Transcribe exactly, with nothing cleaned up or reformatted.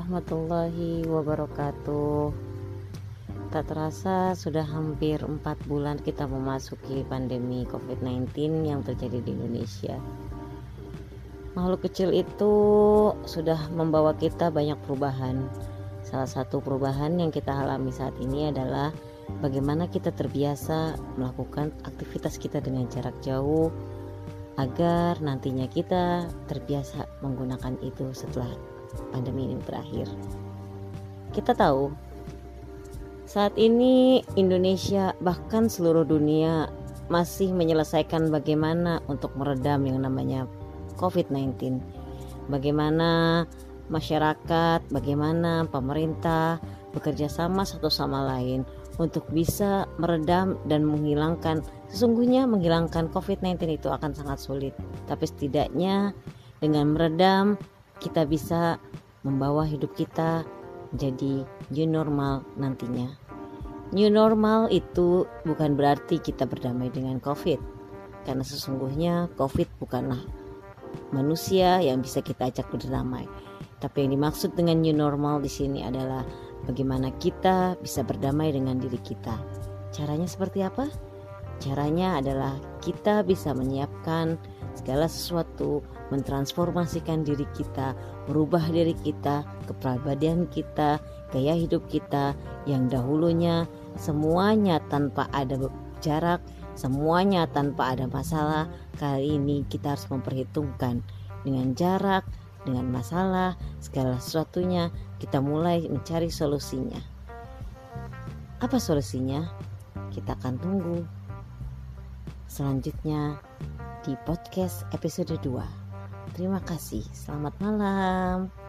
warahmatullahi wabarakatuh. Tak terasa sudah hampir empat bulan kita memasuki pandemi covid sembilan belas yang terjadi di Indonesia. Makhluk kecil itu sudah membawa kita banyak perubahan. Salah satu perubahan yang kita alami saat ini adalah bagaimana kita terbiasa melakukan aktivitas kita dengan jarak jauh, agar nantinya kita terbiasa menggunakan itu setelah pandemi ini berakhir. Kita tahu saat ini Indonesia bahkan seluruh dunia masih menyelesaikan bagaimana untuk meredam yang namanya covid sembilan belas. Bagaimana masyarakat, bagaimana pemerintah bekerja sama satu sama lain untuk bisa meredam dan menghilangkan. Sesungguhnya menghilangkan covid sembilan belas itu akan sangat sulit, tapi setidaknya dengan meredam kita bisa membawa hidup kita menjadi new normal nantinya. New normal itu bukan berarti kita berdamai dengan covid, karena sesungguhnya covid bukanlah manusia yang bisa kita ajak berdamai. Tapi yang dimaksud dengan new normal di sini adalah bagaimana kita bisa berdamai dengan diri kita. Caranya seperti apa? Caranya adalah kita bisa menyiapkan segala sesuatu, mentransformasikan diri kita, merubah diri kita, kepribadian kita, gaya hidup kita yang dahulunya semuanya tanpa ada jarak, semuanya tanpa ada masalah. Kali ini kita harus memperhitungkan dengan jarak, dengan masalah, segala sesuatunya kita mulai mencari solusinya. Apa solusinya? Kita akan tunggu selanjutnya di podcast episode dua. Terima kasih. Selamat malam.